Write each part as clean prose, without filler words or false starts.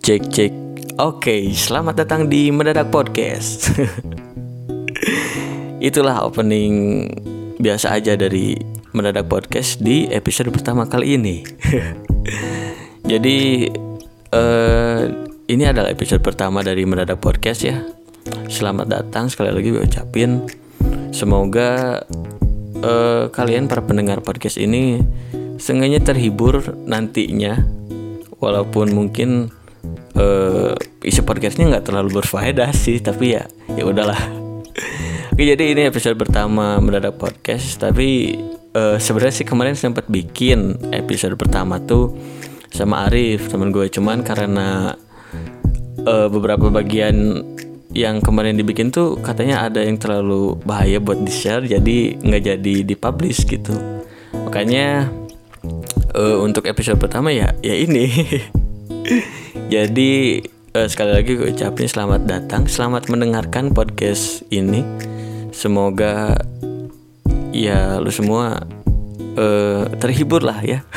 Cek cek. Oke, selamat datang di Mendadak Podcast. Itulah opening biasa aja dari Mendadak Podcast di episode pertama kali ini. Jadi ini adalah episode pertama dari Mendadak Podcast ya. Selamat datang sekali lagi gue ucapin. Semoga kalian para pendengar podcast ini seenggaknya terhibur nantinya, walaupun mungkin isi podcastnya nggak terlalu berfaedah sih, tapi ya udahlah. Oke, jadi ini episode pertama Mendadak Podcast. Tapi sebenarnya sih kemarin sempat bikin episode pertama tuh sama Arif teman gue, cuman karena beberapa bagian yang kemarin dibikin tuh katanya ada yang terlalu bahaya buat di-share, jadi nggak jadi dipublish gitu. Makanya untuk episode pertama ya ini. Jadi sekali lagi gue ucapin selamat datang, selamat mendengarkan podcast ini. Semoga ya lu semua terhibur lah ya.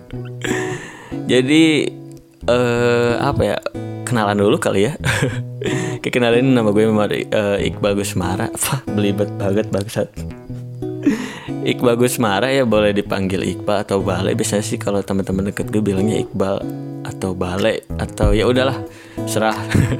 Jadi apa ya, kenalan dulu kali ya. Kenalin, nama gue Iqbal Gusmara. Belibet banget bangsat. Iqbal Gusmara ya, boleh dipanggil Iqbal atau Bale. Biasanya sih kalau teman-teman deket gue bilangnya Iqbal atau Bale, atau ya udahlah serah.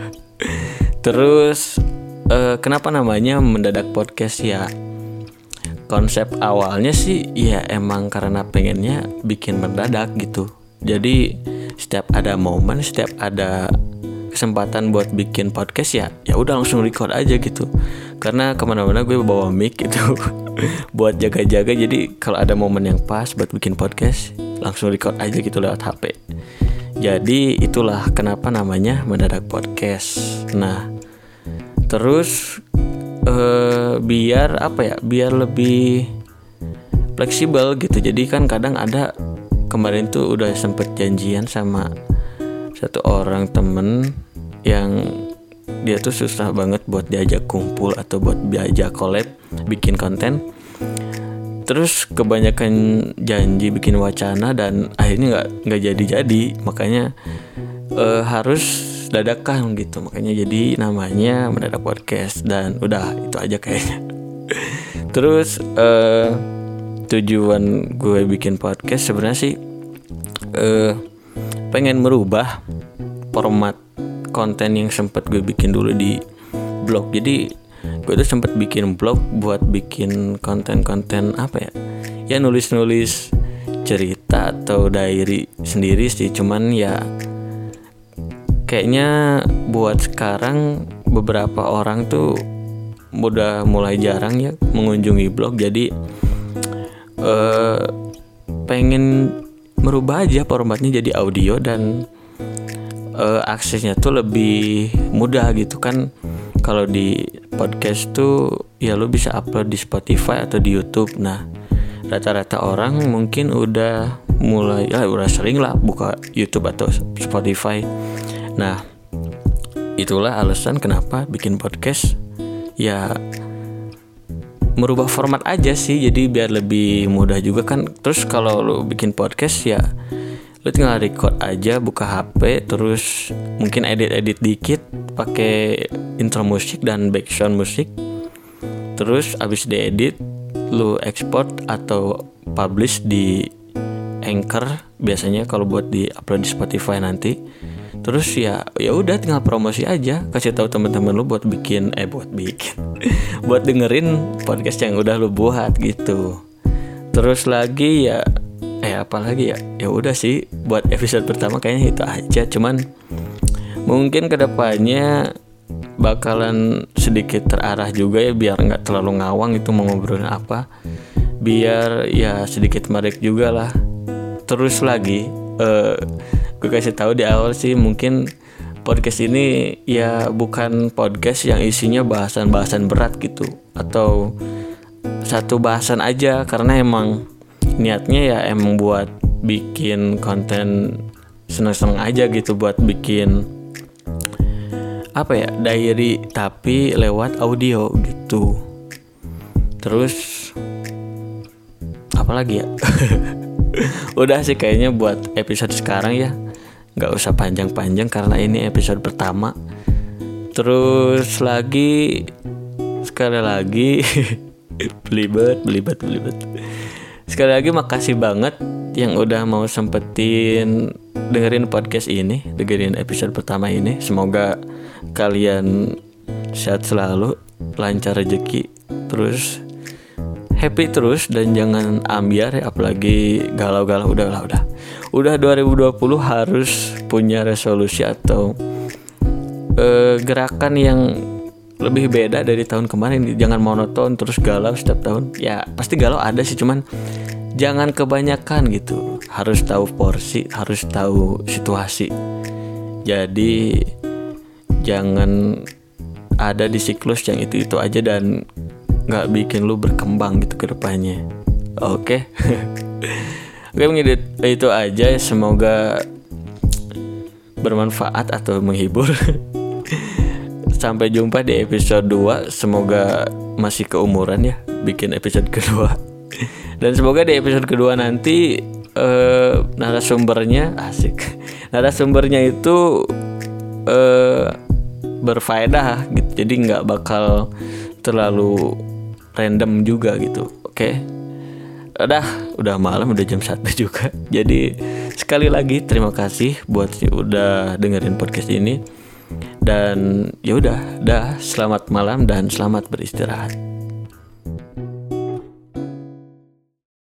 Terus kenapa namanya Mendadak Podcast ya? Konsep awalnya sih ya emang karena pengennya bikin mendadak gitu. Jadi setiap ada momen, setiap ada kesempatan buat bikin podcast ya udah langsung record aja gitu. Karena kemana-mana gue bawa mic gitu buat jaga-jaga. Jadi kalau ada momen yang pas buat bikin podcast, langsung record aja gitu lewat HP. Jadi itulah kenapa namanya Mendadak Podcast. Nah, terus biar apa ya, biar lebih fleksibel gitu. Jadi kan kadang ada, kemarin tuh udah sempet janjian sama satu orang temen yang dia tuh susah banget buat diajak kumpul atau buat diajak collab bikin konten. Terus kebanyakan janji, bikin wacana, dan akhirnya nggak jadi. Makanya harus dadakan gitu. Makanya jadi namanya Mendadak Podcast, dan udah itu aja kayaknya. Terus tujuan gue bikin podcast sebenarnya sih pengen merubah format konten yang sempat gue bikin dulu di blog. Jadi gue tuh sempat bikin blog buat bikin konten-konten apa ya, ya nulis-nulis cerita atau diary sendiri sih. Cuman ya kayaknya buat sekarang beberapa orang tuh udah mulai jarang ya mengunjungi blog. Jadi pengen merubah aja formatnya jadi audio, dan aksesnya tuh lebih mudah gitu kan. Kalau di podcast tuh ya lu bisa upload di Spotify atau di YouTube. Nah, rata-rata orang mungkin udah mulai udah sering lah buka YouTube atau Spotify. Nah, itulah alasan kenapa bikin podcast. Ya merubah format aja sih, jadi biar lebih mudah juga kan. Terus kalau lu bikin podcast ya lu tinggal record aja, buka HP, terus mungkin edit dikit pakai intro musik dan background musik. Terus abis diedit lu export atau publish di Anchor biasanya kalau buat di upload di Spotify nanti. Terus ya udah tinggal promosi aja, kasih tahu teman-teman lu buat bikin buat dengerin podcast yang udah lu buat gitu. Terus lagi ya apa lagi ya udah sih buat episode pertama kayaknya itu aja. Cuman mungkin kedepannya bakalan sedikit terarah juga ya, biar nggak terlalu ngawang itu mau ngobrolin apa, biar ya sedikit menarik juga lah. Terus lagi gue kasih tahu di awal sih, mungkin podcast ini ya bukan podcast yang isinya bahasan-bahasan berat gitu, atau satu bahasan aja, karena emang niatnya ya emang buat bikin konten seneng-seneng aja gitu, buat bikin apa ya, diary tapi lewat audio gitu. Terus apa lagi ya? Udah sih kayaknya buat episode sekarang ya. nggak usah panjang-panjang karena ini episode pertama. Terus sekali lagi belibet. Sekali lagi makasih banget yang udah mau sempetin dengerin podcast ini, dengerin episode pertama ini. Semoga kalian sehat selalu, lancar rezeki, terus happy terus dan jangan ambiar ya, apalagi galau-galau. Udah 2020 harus punya resolusi atau gerakan yang lebih beda dari tahun kemarin. Jangan monoton terus galau setiap tahun. Ya pasti galau ada sih, cuman jangan kebanyakan gitu. Harus tahu porsi, harus tahu situasi. Jadi jangan ada di siklus yang itu aja dan gak bikin lu berkembang gitu ke depannya. Oke. Oke, itu aja. Semoga bermanfaat atau menghibur. Sampai jumpa di episode 2. Semoga masih keumuran ya bikin episode kedua. Dan semoga di episode kedua nanti narasumbernya itu berfaedah gitu. Jadi gak bakal terlalu random juga gitu. Oke. Udah malam, udah jam 1 juga. Jadi sekali lagi terima kasih buat udah dengerin podcast ini. Dan ya udah, selamat malam dan selamat beristirahat.